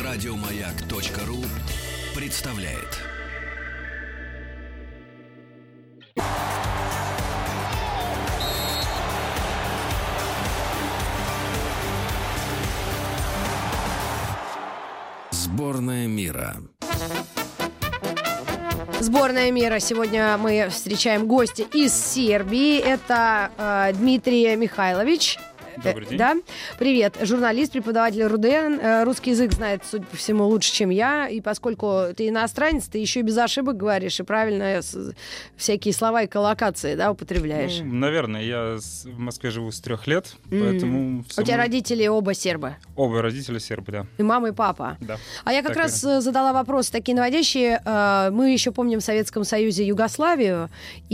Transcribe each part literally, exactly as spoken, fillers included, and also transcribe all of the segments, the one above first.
Радиомаяк.ру представляет. Сборная мира. Сборная мира. Сегодня мы встречаем гостя из Сербии. Это э, Дмитрий Михайлович. Добрый день. Да? Привет. Журналист, преподаватель РУДН. Русский язык знает, судя по всему, лучше, чем я. И поскольку ты иностранец, ты еще и без ошибок говоришь, и правильно всякие слова и коллокации, да, употребляешь. Ну, наверное, я в Москве живу с трех лет, mm. поэтому... У тебя родители оба сербы? Оба родители сербы, да. И мама, и папа? Да. А я как так раз верно. задала вопросы такие наводящие. Мы еще помним в Советском Союзе Югославию,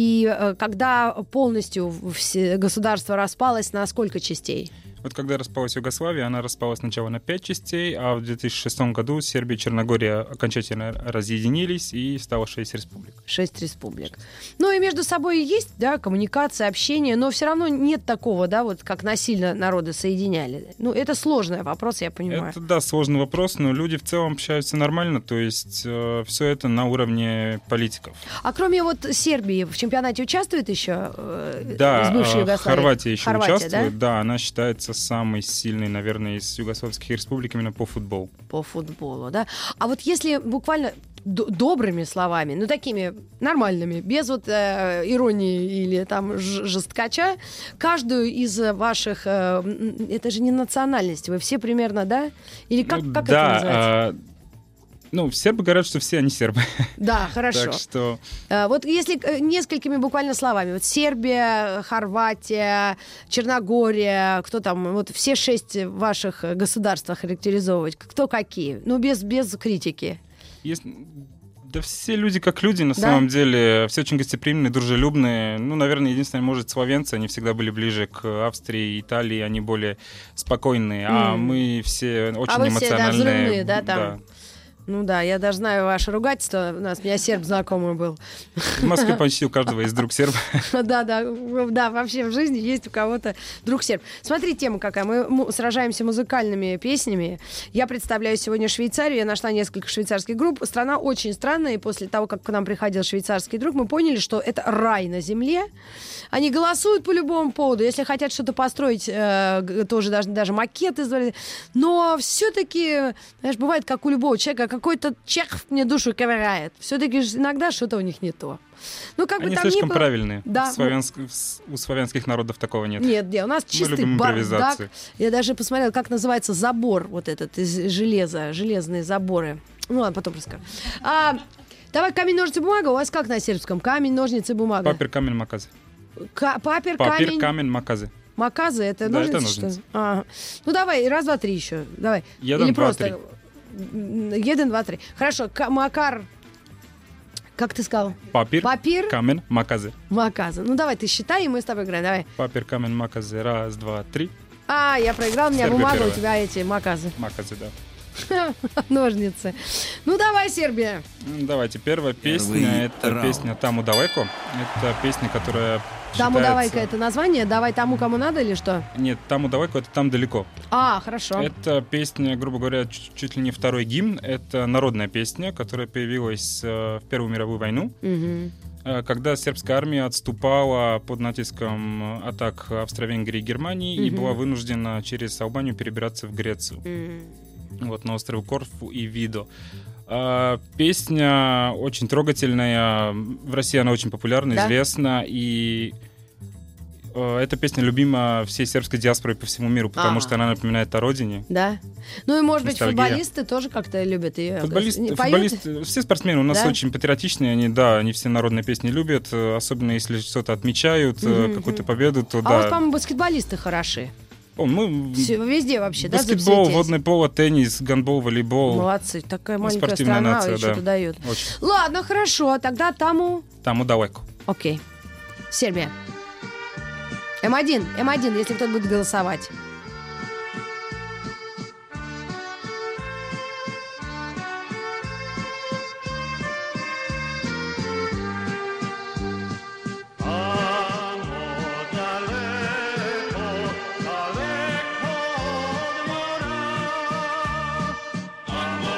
и когда полностью государство распалось, на сколько частей? Вот когда распалась Югославия, она распалась сначала на пять частей, а в две тысячи шестом году Сербия и Черногория окончательно разъединились, и стало шесть республик. Шесть республик. Ну и между собой есть, да, коммуникация, общение, но все равно нет такого, да, вот как насильно народы соединяли. Ну, это сложный вопрос, я понимаю. Это, да, сложный вопрос, но люди в целом общаются нормально, то есть э, все это на уровне политиков. А кроме вот Сербии, в чемпионате участвует еще э, да, из бывшей Югославии? Хорватия еще Хорватия, участвует, да? да, она считается самый сильный, наверное, из югославских республик именно по футболу. По футболу, да. А вот если буквально д- добрыми словами, ну такими нормальными, без вот э, иронии или там ж- жесткача, каждую из ваших, э, это же не национальность, вы все примерно, да? Или как, ну, как да, это называется? А... Ну, сербы говорят, что все они сербы. Да, хорошо. Так что... А, вот если несколькими буквально словами. Вот Сербия, Хорватия, Черногория, кто там, вот все шесть ваших государств характеризовывать, кто какие? Ну, без, без критики. Есть... Да все люди как люди, на да? самом деле. Все очень гостеприимные, дружелюбные. Ну, наверное, единственное, может, словенцы, они всегда были ближе к Австрии, Италии, они более спокойные. Mm. А мы все очень а вы эмоциональные. Все, да, взрывные, да, там? Да. Ну да, я даже знаю ваше ругательство. У нас у меня серб знакомый был. В Москве почти у каждого есть друг серб. Да, да, да, вообще в жизни есть у кого-то друг серб. Смотри, тема какая. Мы сражаемся музыкальными песнями. Я представляю сегодня Швейцарию. Я нашла несколько швейцарских групп. Страна очень странная. И после того, как к нам приходил швейцарский друг, мы поняли, что это рай на земле. Они голосуют по любому поводу. Если хотят что-то построить, э, тоже даже, даже макеты. Но все-таки, знаешь, бывает, как у любого человека, какой-то чех мне душу ковыряет. Все-таки иногда что-то у них не то. Ну, как Они бы там слишком ни было... правильные. Да. Славянск... У славянских народов такого нет. Нет, нет, у нас чистый бардак. Я даже посмотрела, как называется забор вот этот из железа, железные заборы. Ну ладно, потом расскажу. А, давай камень, ножницы, бумага. У вас как на сербском? Камень, ножницы, бумага. Папир, камень, маказы. К- папир, Папир, камень... камень, маказы. Маказы, это да, ножницы, это что ножницы. ли? Ага. Ну давай, раз, два, три еще. Давай. Един, Или два, просто... три. Един, два, три. Хорошо, К- Макар... Как ты сказал? Папир, Папир, камень, маказы. маказы. Ну давай, ты считай, и мы с тобой играем. Давай. Папир, камень, маказы. Раз, два, три. А, я проиграл, у меня Сербия бумага, первая. у тебя эти маказы. Маказы, да. Ножницы. Ну давай, Сербия. Давайте, первая песня, Первый это раунд. песня «Таму далеко». Это песня, которая Таму считается... давай-ка это название. Давай тому, кому надо или что? Нет, «Таму далеко» — это «Там далеко». А, хорошо. Это песня, грубо говоря, чуть, чуть ли не второй гимн. Это народная песня, которая появилась э, в Первую мировую войну. Угу. Э, когда сербская армия отступала под натиском атак Австро-Венгрии и Германии и Мгм. была вынуждена через Албанию перебираться в Грецию. М. Вот, на острове Корфу и Видо. А, песня очень трогательная. В России она очень популярна, Да? известна. И э, эта песня любима всей сербской диаспорой по всему миру, потому Ага. что она напоминает о родине. Да. Ну и, может быть, Ностальгия. футболисты тоже как-то любят ее. Футболисты, Не поют? футболисты, все спортсмены у нас Да? очень патриотичные, они, да, они все народные песни любят, э, особенно если что-то отмечают, э, Мгм, какую-то мгм. победу, то А у да. вас, по-моему, баскетболисты хороши. О, мы Все, везде вообще, да, баскетбол, засветились? водное поло, теннис, гандбол, волейбол. Молодцы. Такая Ну, маленькая спортивная страна, нация, и что-то да. дает. Очень. Ладно, хорошо. Тогда тому... Таму далеко. Окей. Сербия. эм один. эм один, если кто-то будет голосовать. Daleko, daleko od mora, tamo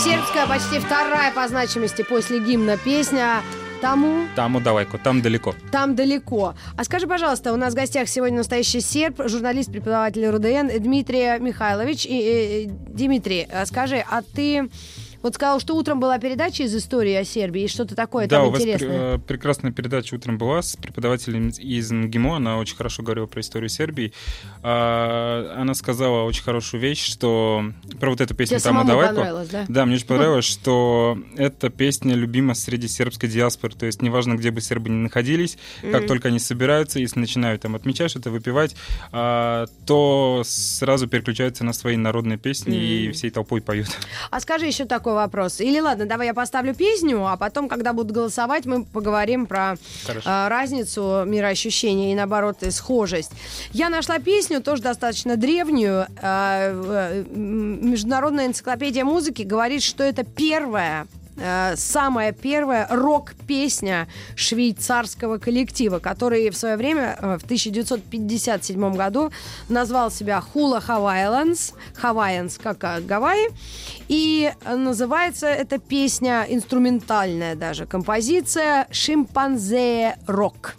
Сербская, почти вторая по значимости после гимна песня «Тому». Таму далеко, там далеко. Там далеко. А скажи, пожалуйста, у нас в гостях сегодня настоящий серб, журналист, преподаватель РУДН Дмитрий Михайлович. И, и, и, Дмитрий, скажи, а ты... Вот сказал, что утром была передача из истории о Сербии, и что-то такое да, там у вас интересное. Пр- прекрасная передача утром была с преподавателем из МГИМО, она очень хорошо говорила про историю Сербии. А, она сказала очень хорошую вещь, что про вот эту песню «Таму далеко». Понравилось, да? Да, мне очень понравилось, что эта песня любима среди сербской диаспоры, то есть неважно, где бы сербы ни находились, mm-hmm. как только они собираются, если начинают там отмечать что-то, выпивать, а, то сразу переключаются на свои народные песни mm-hmm. и всей толпой поют. А скажи еще такой вопрос. Или ладно, давай я поставлю песню, а потом, когда будут голосовать, мы поговорим про э, разницу мироощущения и, наоборот, и схожесть. Я нашла песню, тоже достаточно древнюю. Э, э, Международная энциклопедия музыки говорит, что это первая, э, самая первая рок-песня швейцарского коллектива, который в свое время, э, в тысяча девятьсот пятьдесят седьмом году, назвал себя Hula Hawaiians, Hawaiians, как э, Гавайи. И называется эта песня, инструментальная даже композиция, «Шимпанзе рок».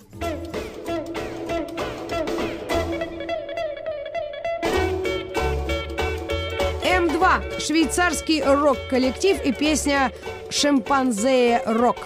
эм два – швейцарский рок-коллектив и песня «Шимпанзе рок».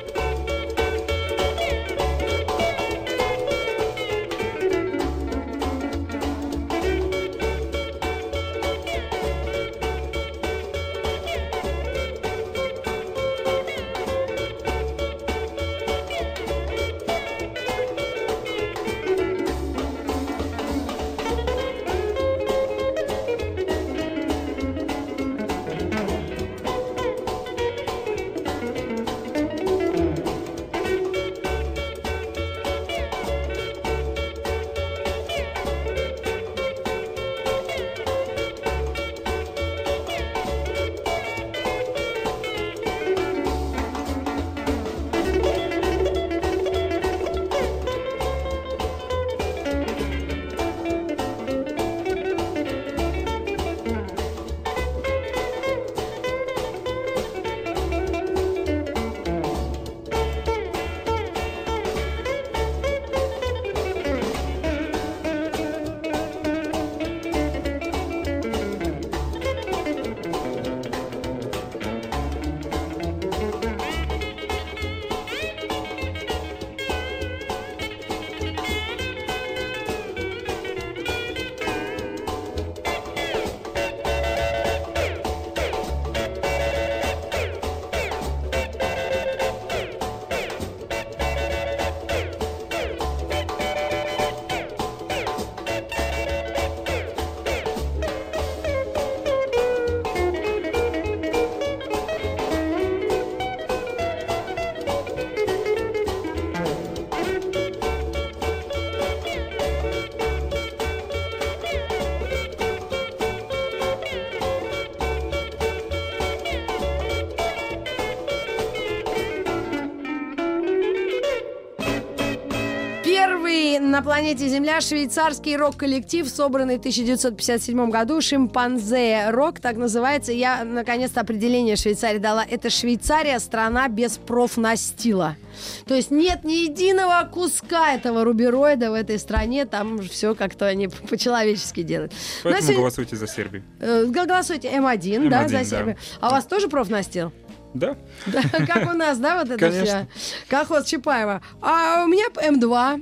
На планете Земля швейцарский рок-коллектив, собранный в тысяча девятьсот пятьдесят седьмом году, «Шимпанзе рок», так называется. Я, наконец-то, определение Швейцарии дала. Это Швейцария, страна без профнастила. То есть нет ни единого куска этого рубероида в этой стране. Там все как-то они по-человечески делают. Поэтому сегодня... голосуйте за Сербию. Э, голосуйте эм один, эм один, да, за Сербию. Да. А у вас тоже профнастил? Да. Да. Как у нас, да, вот это Конечно. все? Колхоз Чапаева. А у меня эм два.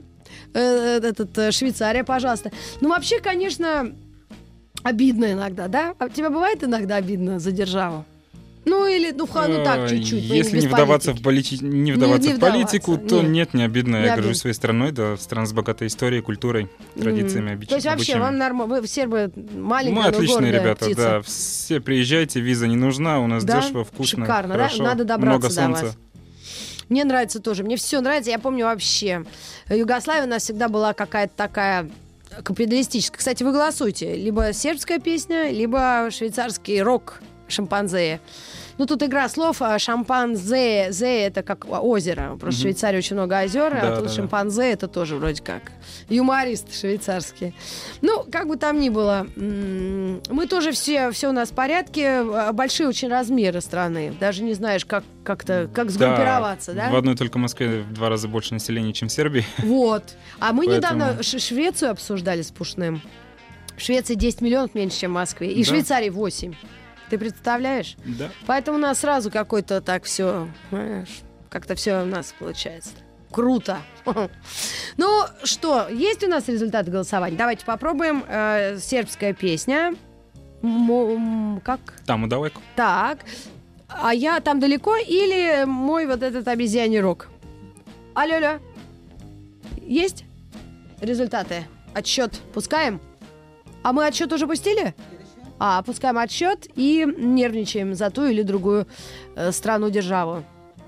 Этот, Швейцария, пожалуйста. Ну, вообще, конечно, обидно иногда, да? А тебе бывает иногда обидно за державу? Ну, или, ну, ну так, чуть-чуть. Если не вдаваться, в, полити... не вдаваться не, не в политику, вдаваться. то нет. нет, не обидно. Не Я горжусь своей страной, да, страна с богатой историей, культурой, традициями, mm. обычаями. То есть вообще, вам нормально, вы сербы маленькие, Мы отличные ребята, птица. да. Все приезжайте, виза не нужна, у нас да? дешево, вкусно, шикарно, хорошо, да? Надо добраться много солнца. До вас. Мне нравится тоже, мне все нравится. Я помню вообще, Югославия у нас всегда была какая-то такая капиталистическая. Кстати, вы голосуйте. Либо сербская песня, либо швейцарский рок «Шимпанзе». Ну, тут игра слов. Шампанзе, зе это как озеро. Просто в Швейцарии очень много озер, Да, а тут да, да. шимпанзе это тоже вроде как юмористы швейцарские. Ну, как бы там ни было, м, мы тоже все, все у нас в порядке. Большие очень размеры страны. Даже не знаешь, как, как-то, как сгруппироваться, да? В одной только Москве в два раза больше населения, чем в Сербии. Вот. А мы Поэтому- недавно Ш- Швецию обсуждали с Пушным. В Швеции десять миллионов меньше, чем в Москве. И в Да. Швейцарии восемь. Ты представляешь? Да. Поэтому у нас сразу какой-то так все, как-то все у нас получается. Круто. Ну что, есть у нас результаты голосования? Давайте попробуем. Э, сербская песня. М- Как? Там и далеко. Так. А я там далеко или мой вот этот обезьяний рог? Алло-алло. Есть результаты? Отсчет пускаем? А мы отсчет уже пустили? А, пускаем отсчет и нервничаем за ту или другую э, страну-державу.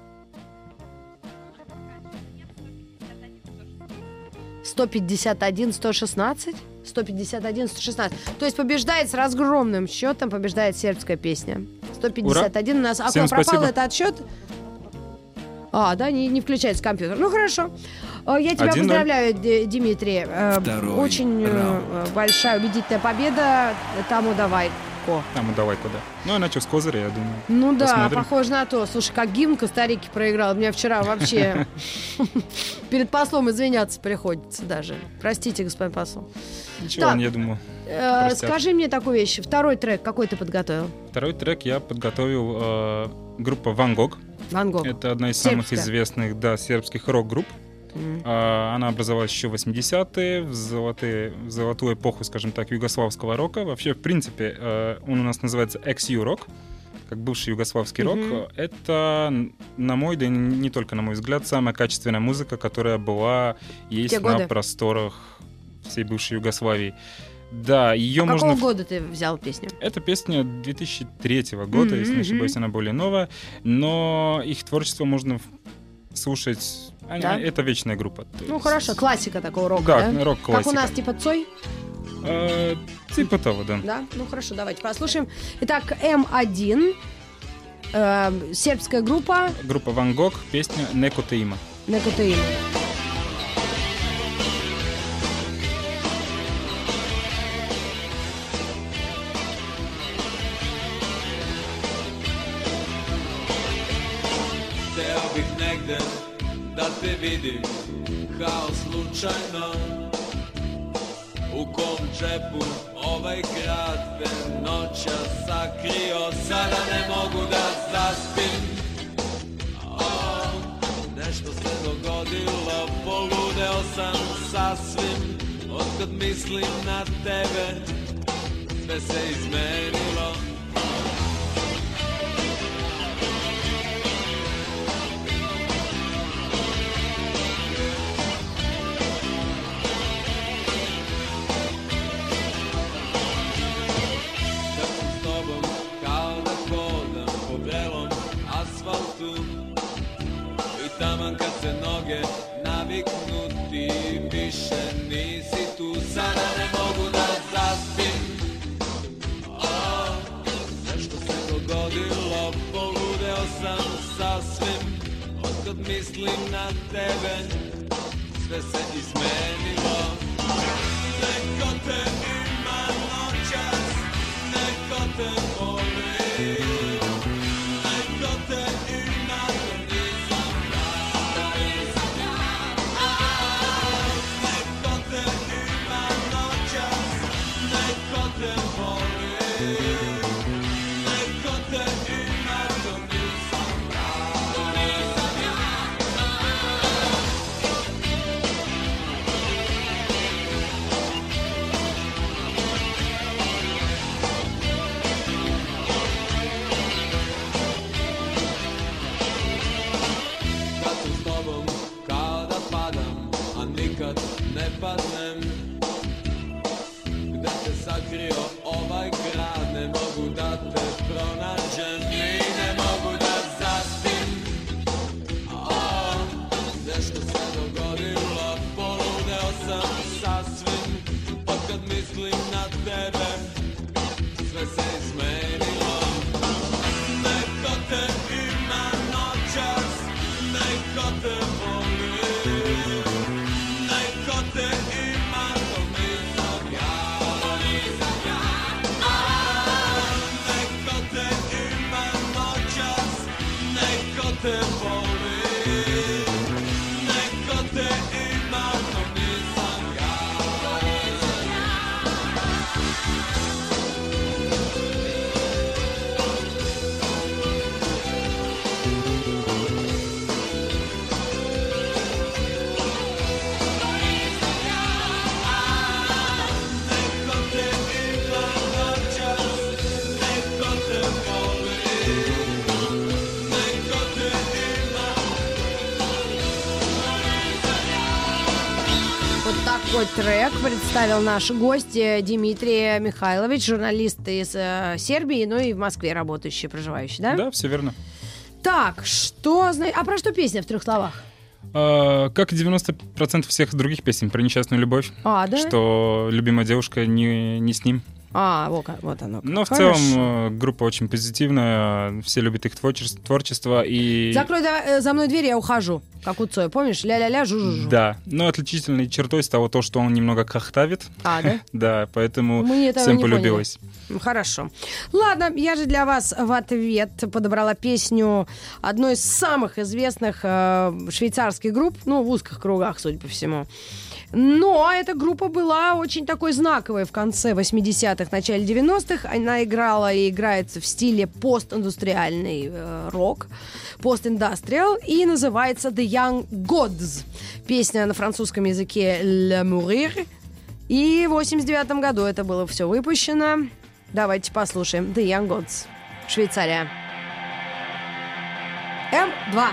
сто пятьдесят один сто шестнадцать? сто пятьдесят один сто шестнадцать. То есть побеждает с разгромным счетом, побеждает сербская песня. сто пятьдесят один у нас. А Всем куда пропал спасибо. этот отсчет? А, да, не, не включается компьютер. Ну, хорошо. Э, Я тебя один ноль. поздравляю, Д- Дмитрий. Э, Второй Очень э, раунд. большая убедительная победа. Тому давай. Ко. Там и далеко, да. Ну, я начал с козыря, я думаю. Ну да, Посмотрим. похоже на то. Слушай, как гимн Коста-Рики проиграл. Мне вчера вообще перед послом извиняться приходится даже. Простите, господин посол. Ничего, Так. я думаю. Э, Простят. Скажи мне такую вещь. Второй трек какой ты подготовил? Второй трек я подготовил э, группа Ван Гог. Ван Гог. Это одна из самых Сербская. известных, да, сербских рок-групп. Мгм. А, Она образовалась еще в восьмидесятые, в, золотые, в золотую эпоху, скажем так, югославского рока. Вообще, в принципе, э, он у нас называется экс-ю-рок, как бывший югославский рок. Мгм. Это, на мой, да и не только на мой взгляд, самая качественная музыка, которая была, есть те на годы? просторах всей бывшей Югославии. Да, ее А можно... какого года ты взял песню? Это песня две тысячи третьего года, Мгм, если не ошибаюсь, мгм. она более новая. Но их творчество можно в- слушать... Они- Да? Это вечная группа. то Ну есть- хорошо, классика такого рока, Да, да? рок-классика. Как у нас, типа Цой? Э, Типа того, да. Да? Ну хорошо, давайте послушаем. Итак, эм один, э, сербская группа Группа Ван Гог, песня «Неко те има». Некотеин. Hteo bih negde da te vidim kao slučajno. U kom džepu ovaj grad te noća sakrio. Sada ne mogu da zaspim. O, nešto se dogodilo, poludeo sam sasvim. Otkad mislim na tebe, sve se izmenilo. Kad sam s tobom kao da hodam po vrelom asfaltu. I taman kad se noge naviknu ti više nisi tu. Sada ne mogu da zaspim. O, nešto se dogodilo, poludeo sam sasvim. Otkad mislim na tebe, sve se izmenilo. Neko te ima noćas, neko te voli. Neko te ima, to nisam ja, to nisam ja. Neko te ima noćas, neko te voli. Neko te ima, to nisam ja, to nisam ja. Kad sam s tobom kao da padam, a nikad ne padnem. Gde te sakrio ovaj grad, ne mogu da te pronađem i ne mogu da zaspim. O, nešto se dogodilo, poludeo sam sasvim. Otkad mislim na tebe, sve se izmenilo. Neko Такой трек представил наш гость Дмитрий Михайлович, журналист из э, Сербии, ну и в Москве работающий, проживающий, да? Да, все верно. Так, что... зна- А про что песня в трех словах? А, как и девяносто процентов всех других песен про несчастную любовь, А, да? что любимая девушка не, не с ним. А, вот, вот оно. Но в Хорошо. целом э, группа очень позитивная, все любят их творчество, творчество и... Закрой да- э, за мной дверь, я ухожу. Как у Цоя, помнишь? Ля-ля-ля, жу-жу-жу. Да, но отличительной чертой стало то, что он немного кахтавит. А, да? Да, поэтому Мы этого всем не полюбилось. поняли. Хорошо. Ладно, я же для вас в ответ подобрала песню одной из самых известных э, швейцарских групп, ну, в узких кругах, судя по всему. Но эта группа была очень такой знаковой в конце восьмидесятых, начале девяностых. Она играла и играется в стиле постиндустриальный э, рок, постиндастриал, и называется The Young Gods. Песня на французском языке Le Mourir. И в восемьдесят девятом году это было все выпущено. Давайте послушаем The Young Gods. Швейцария. эм два.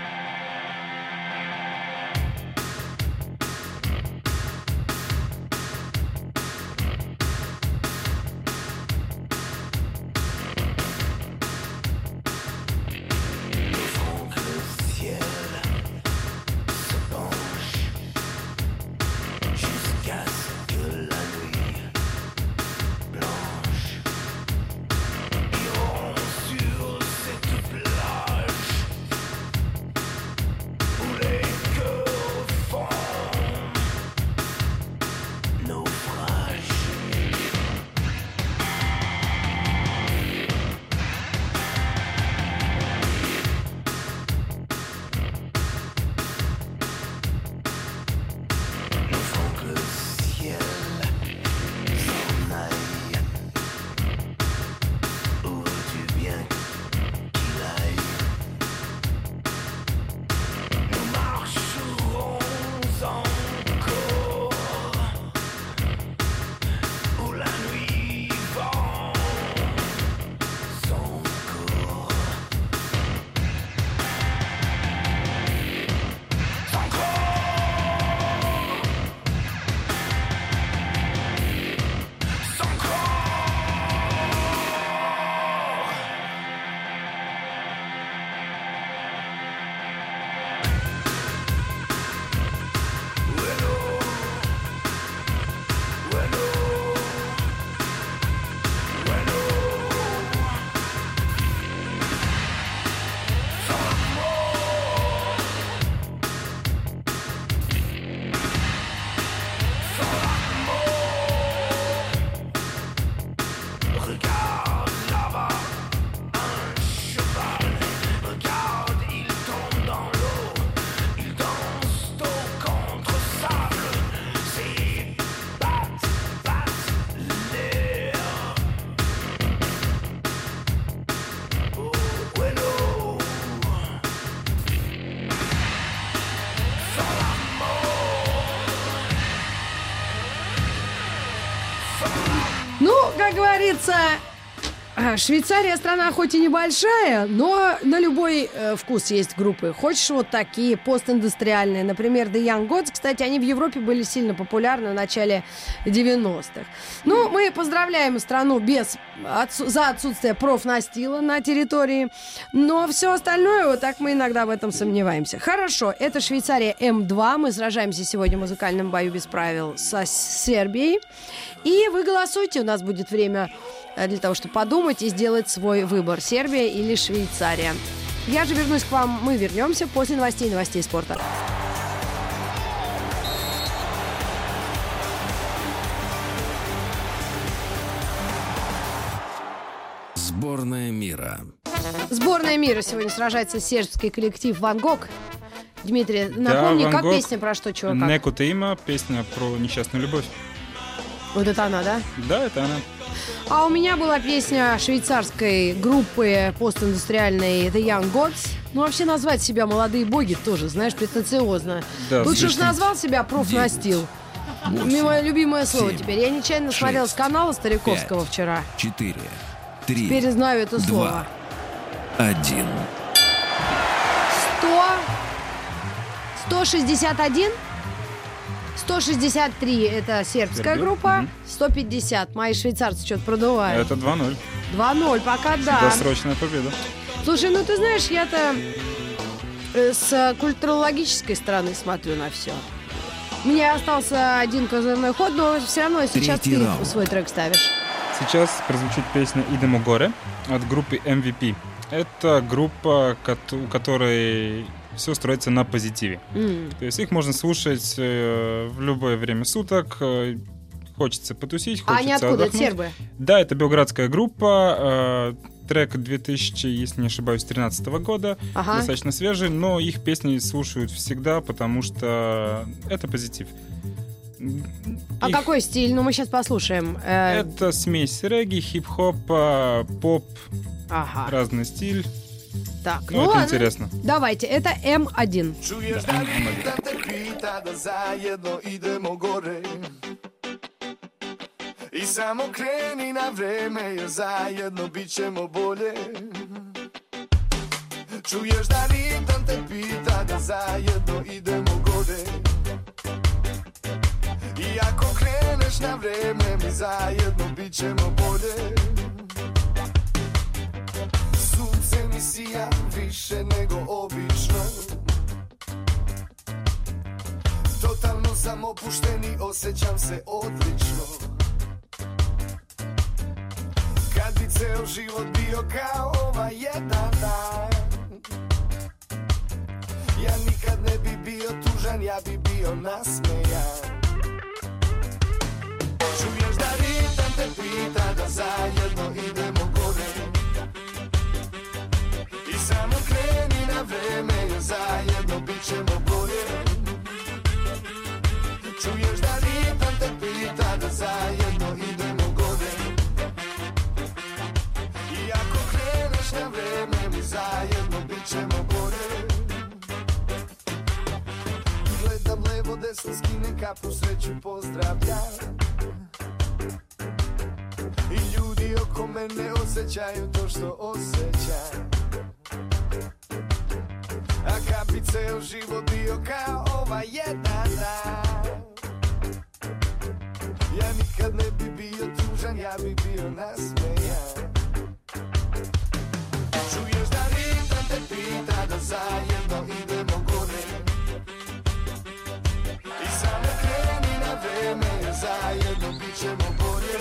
Ну, как говорится, Швейцария страна хоть и небольшая, но на любой э, вкус есть группы. Хочешь вот такие постиндустриальные, например, The Young Gods. Кстати, они в Европе были сильно популярны в начале девяностых. Ну, мы поздравляем страну без, отсу- за отсутствие профнастила на территории, но все остальное, вот так мы иногда в этом сомневаемся. Хорошо, это Швейцария эм два. Мы сражаемся сегодня в музыкальном бою без правил со Сербией. И вы голосуйте, у нас будет время для того, чтобы подумать и сделать свой выбор. Сербия или Швейцария. Я же вернусь к вам, мы вернемся после новостей, новостей спорта. Сборная мира. Сборная мира сегодня сражается сербский коллектив «Ван Гог». Дмитрий, Да, напомни, Ван как Гог, песня про что, чего, как? Неку Тейма, песня про несчастную любовь. Вот это она, да? Да, это она. А у меня была песня швейцарской группы постиндустриальной The Young Gods. Ну, вообще назвать себя «Молодые боги» тоже, знаешь, претенциозно. Да, Лучше уж слишком. назвал себя профнастил. Мое любимое слово семь, теперь. Я нечаянно шесть, смотрела с канала Стариковского пять. вчера. Четыре, три, Теперь знаю это слово. два, один. Сто... сто шестьдесят один? сто шестьдесят три это сербская Сербия. группа. Мгм. сто пятьдесят. Мои швейцарцы что-то продувают. Это два ноль. два ноль, пока да. Досрочная победа. Слушай, ну ты знаешь, я-то э, с культурологической стороны смотрю на все. Мне остался один козырной ход, но все равно сейчас Третий ты раунд. свой трек ставишь. Сейчас прозвучит песня «Идемо горе» от группы эм ви пи. Это группа, кот- у которой все строится на позитиве. М. То есть их можно слушать э, в любое время суток. э, Хочется потусить, А хочется они откуда? отдохнуть. Сербы? Да, это белградская группа. э, Трек две тысячи, если не ошибаюсь, тринадцатого года. Ага. Достаточно свежий, но их песни слушают всегда, потому что это позитив. А Их- какой стиль? Ну, мы сейчас послушаем. Э, Это смесь регги, хип-хопа, поп, Ага. разный стиль. Так, Ну, ну это ладно. интересно. Давайте, это эм один. Čuješ da ritam te pita da zajedno idemo gore I samo kreni na vreme jer zajedno bit ćemo bolje Čuješ da ritam te pita da zajedno idemo gore I ako kreneš na vreme mi zajedno bit ćemo bolje Sunce mi sija više nego obično Totalno sam opušten i osjećam se odlično Kad bi ceo život bio kao ovaj jedan dan Ja nikad ne bi bio tužan, ja bi bio nasmejan Čuješ da ritam te pita da zajedno idemo gore I samo kreni na vreme jer zajedno bit ćemo bolje Čuješ da ritam te pita da zajedno idemo gore I ako kreneš na vreme mi zajedno bit ćemo bolje Gledam levo desno skinem kapu sreću pozdravljam I ljudi oko mene osjećaju to što osjećam A kad bi ceo život bio kao ovaj jedan dan Ja nikad ne bi bio tužan, ja bi bio nasmejan Čuješ da ritam te pita da zajedno idemo gore I samo kreni na vreme jer zajedno bit ćemo bolje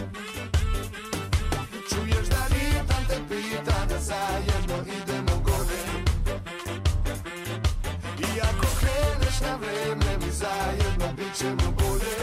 Čuješ da ritam te pita da zajedno idemo gore I ako kreneš na vreme mi zajedno bit ćemo bolje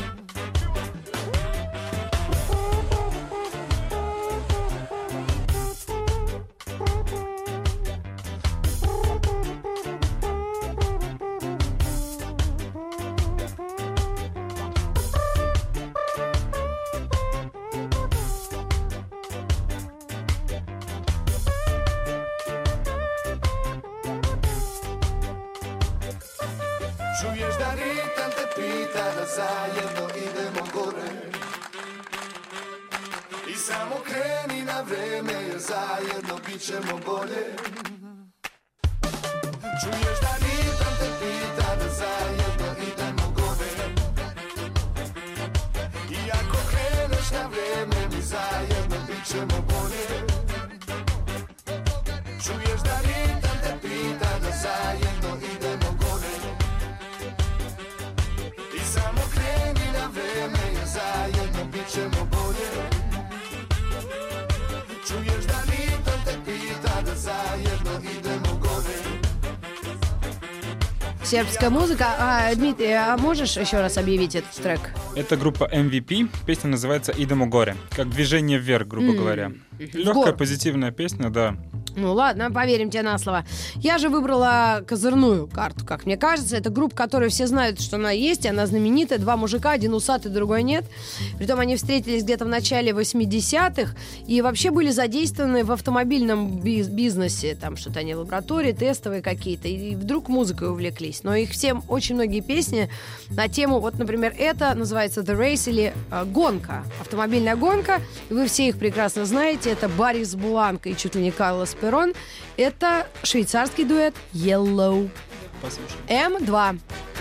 Čuješ da ritam te pita da zajedno idemo gore I samo kreni na vreme jer zajedno bit ćemo bolje Čuješ da ritam te pita da zajedno idemo gore I ako kreneš na vreme mi zajedno bit ćemo bolje Čuješ da ritam te pita da zajedno idemo gore I samo kreni na vreme jer zajedno bit ćemo bolje Čuješ da ritam te pita da zajedno idemo gore Сербская музыка. А, Дмитрий, а можешь еще раз объявить этот трек? Это группа эм ви пи. Песня называется «Идемо горе». Как движение вверх, грубо М. говоря. Мгм. Легкая, Гор. позитивная песня, да. Ну ладно, поверим тебе на слово. Я же выбрала козырную карту, как мне кажется. Это группа, которую все знают, что она есть, и она знаменитая. Два мужика, один усатый, другой нет. Притом они встретились где-то в начале восьмидесятых и вообще были задействованы в автомобильном биз- бизнесе. Там что-то они в лаборатории, тестовые какие-то. И вдруг музыкой увлеклись. Но их всем очень многие песни на тему, вот, например, это называется The Race или э, гонка. Автомобильная гонка. И вы все их прекрасно знаете. Это Борис Буланко и чуть ли не Карлос Перрон. Это швейцарский дуэт Yellow. Послушаем. эм два.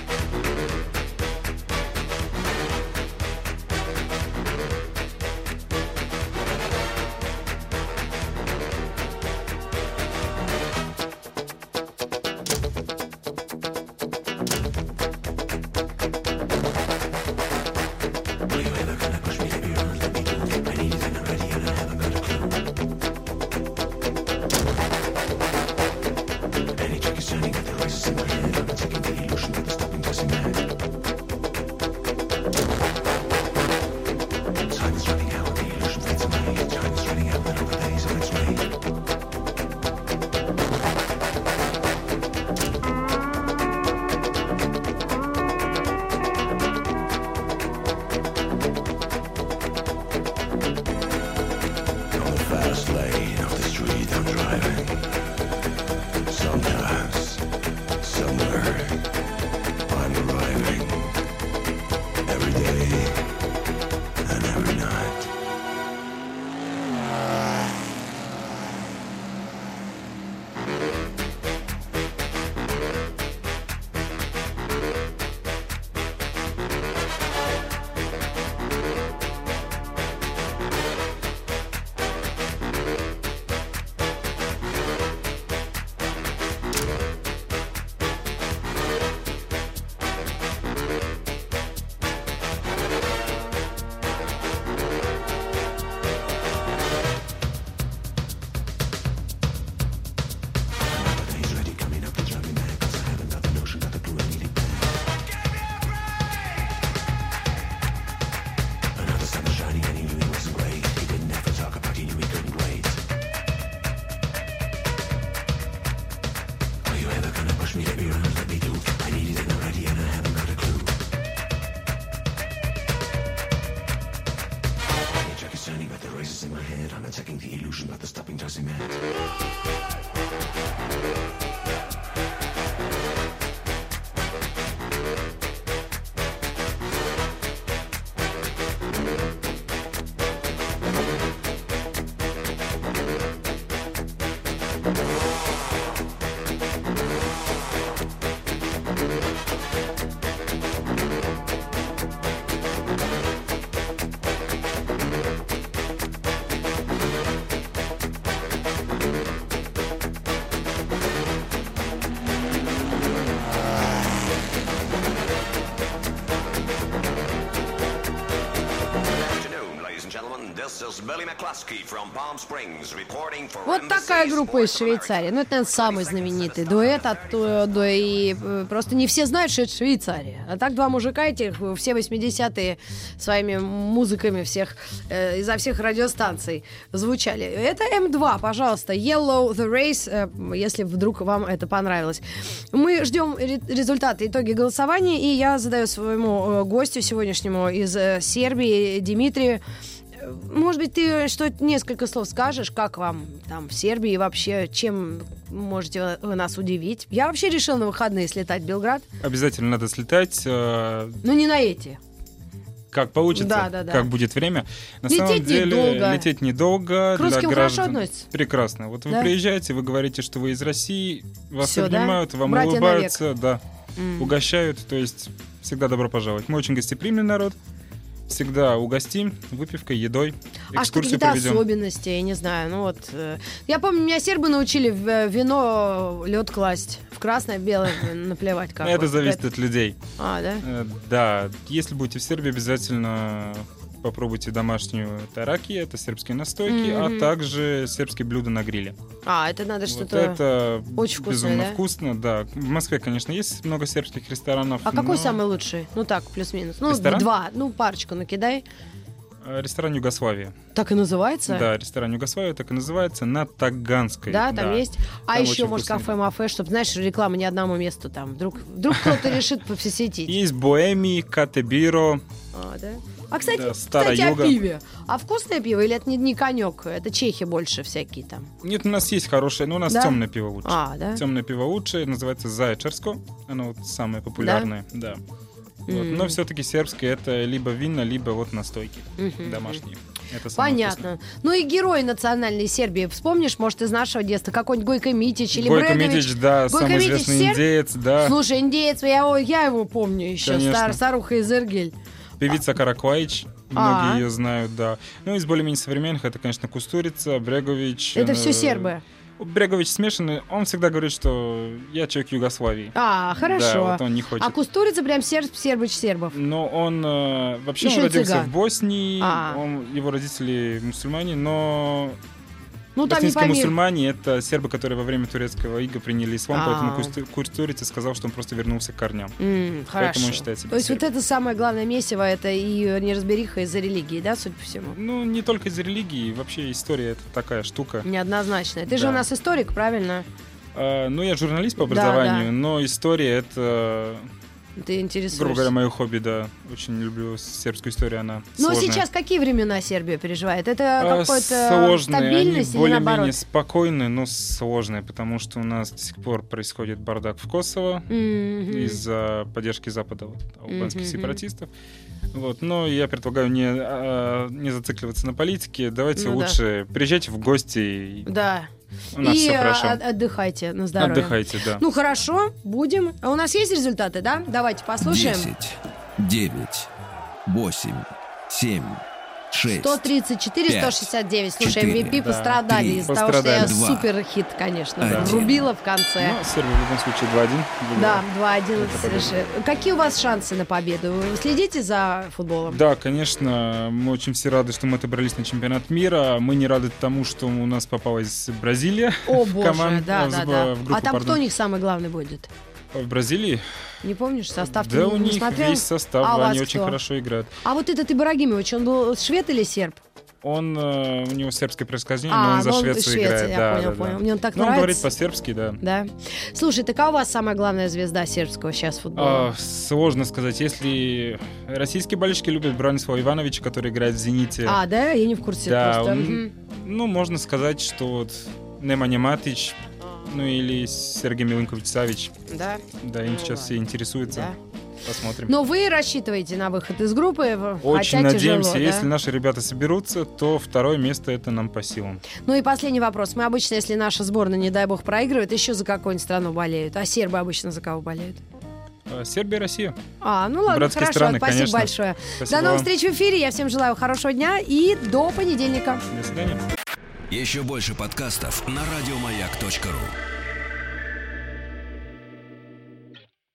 Вот такая группа из Швейцарии. Ну, это, наверное, самый знаменитый дуэт оттуда. И просто не все знают, что это Швейцария. А так два мужика этих все восьмидесятые своими музыками всех э, изо всех радиостанций звучали. Это эм два, пожалуйста. Yellow, The Race, э, если вдруг вам это понравилось. Мы ждем ре- результаты, итоги голосования. И я задаю своему э, гостю сегодняшнему из э, Сербии, Димитрию. Может быть, ты что несколько слов скажешь, как вам там в Сербии вообще, чем можете вы нас удивить? Я вообще решил на выходные слетать в Белград. Обязательно надо слетать. Э... Ну, не на эти. Как получится, да, да, да. как будет время. На лететь самом деле, недолго. лететь недолго. К русским для граждан... хорошо относятся? Прекрасно. Вот вы да? приезжаете, вы говорите, что вы из России, вас Всё, обнимают, да? вам Братья улыбаются, навек. да, Mm. угощают, то есть всегда добро пожаловать. Мы очень гостеприимный народ. Всегда угостим выпивкой, едой, а что экскурсию какие-то проведем. особенности, я не знаю. Ну вот, э, я помню, меня сербы научили в вино лед класть. В красное, белое наплевать как. Это вот. зависит Это... от людей. А, да? Э, Да, если будете в Сербии, обязательно попробуйте домашнюю тараки, это сербские настойки, Mm-hmm. а также сербские блюда на гриле. А, это надо Вот что-то... это очень вкусное, безумно да? вкусно, да. В Москве, конечно, есть много сербских ресторанов. А какой но самый лучший? Ну так, плюс-минус. Ну, Ресторан? два. Ну, парочку накидай. Ресторан «Югославия». Так и называется? Да, ресторан «Югославия» так и называется, на Таганской. Да, там есть. А Там еще, очень может, вкусный. кафе-мафе, чтобы, знаешь, реклама ни одному месту там. Вдруг, вдруг кто-то решит посетить. Есть Боэми, Катебиро. А, да? А, кстати, Да, Старая кстати, о Юга. пиве. А вкусное пиво или это не, не конек? Это чехи больше всякие там. Нет, у нас есть хорошее, но у нас Да? темное пиво лучше. А, да? Темное пиво лучше, называется Зайчерско. Оно вот самое популярное, да. Вот. Но все-таки сербское это либо вина, либо вот настойки домашние. Это самое Понятно. Ну и герой национальной Сербии. Вспомнишь, может, из нашего детства какой-нибудь Гойко Митич или Гойко Брегович? Митич, да, Гойко самый Митич известный серб? индеец, да. Слушай, индеец, я, его- я его помню еще. Конечно. Стар, старуха из Иргель. Певица Каракваич, А. многие ее знают, да. Ну, из более-менее современных это, конечно, Кустурица, Брегович. Это э, все сербы. Брегович смешанный, он всегда говорит, что я человек Югославии. А, хорошо. Да, вот он не хочет. А Кустурица прям серб, сербыч сербов. Но он э, вообще Еще он и родился цыган. в Боснии, А. он, его родители мусульмане, но Ну, там не боснийские пойми. мусульмане это сербы, которые во время турецкого ига приняли ислам, А. поэтому Кусту- Кустурица сказал, что он просто вернулся к корням. М, хорошо. Поэтому он считает себя То есть вот сербом. это самое главное месиво, это и неразбериха из-за религии, да, судя по всему? Ну, не только из-за религии, вообще история это такая штука. Неоднозначная. Ты же Да. у нас историк, правильно? А, ну, я журналист по Да, образованию, да. но история это, Ты интересуешься. грубо говоря, мое хобби, да. Очень люблю сербскую историю, она Но сложная. сейчас какие времена Сербия переживает? Это А, какой-то сложные, они стабильность или более-менее наоборот? спокойные, но сложные, потому что у нас до сих пор происходит бардак в Косово Мгм. из-за поддержки Запада вот, албанских Мгм. сепаратистов. Вот, но я предлагаю не, а, не зацикливаться на политике. Давайте Ну да. лучше приезжайте в гости. и Да. У нас И все хорошо. а, отдыхайте на здоровье. Отдыхайте, да. Ну хорошо, будем. А у нас есть результаты, да? Давайте послушаем. десять, девять, восемь, семь, шесть, сто тридцать четыре, сто пять, шестьдесят девять. Слушай, четыре, эм ви пи да, пострадали три, из-за того, что я пострадали. Два, супер хит, конечно, один. врубила в конце. Ну, Сербия в любом случае два один. Да, два один Это победа. совершенно. Какие у вас шансы на победу? Вы следите за футболом? Да, конечно, мы очень все рады, что мы отобрались на чемпионат мира. Мы не рады тому, что у нас попалась Бразилия. О, в боже, команд- да, в- да, в- да. в группу, А там пардон. кто у них самый главный будет? В Бразилии? Не помнишь, состав ты Да, не, у не них смотрел? весь состав, А у они вас очень кто? хорошо играют. А вот этот Ибрагимович, он был швед или серб? Он, э, у него сербское происхождение, А, но он за ну он Швецию Швеция, играет. я да, понял, да, понял. да. Мне он так Ну, он говорит нравится. по-сербски, да. Да. Слушай, так а у вас самая главная звезда сербского сейчас футбола? А, сложно сказать. Если российские болельщики любят Бранислава Ивановича, который играет в «Зените», А, да? Я не в курсе да, просто. он- Мгм. ну, можно сказать, что вот Немanja Матич, ну или Сергей Милинкович-Савич, Да. да, им Ну, сейчас ладно. все интересуются. Да. Посмотрим. Но вы рассчитываете на выход из группы, в- Очень хотя надеемся, тяжело, если да? наши ребята соберутся, то второе место это нам по силам. Ну и последний вопрос. Мы обычно, если наша сборная, не дай бог, проигрывает, еще за какую-нибудь страну болеют. А сербы обычно за кого болеют? А, Сербия, Россия. А, ну ладно, Братские хорошо. страны, Спасибо конечно. большое. Спасибо До новых вам. встреч в эфире. Я всем желаю хорошего дня и до понедельника. До свидания. Еще больше подкастов на радиомаяк точка ру.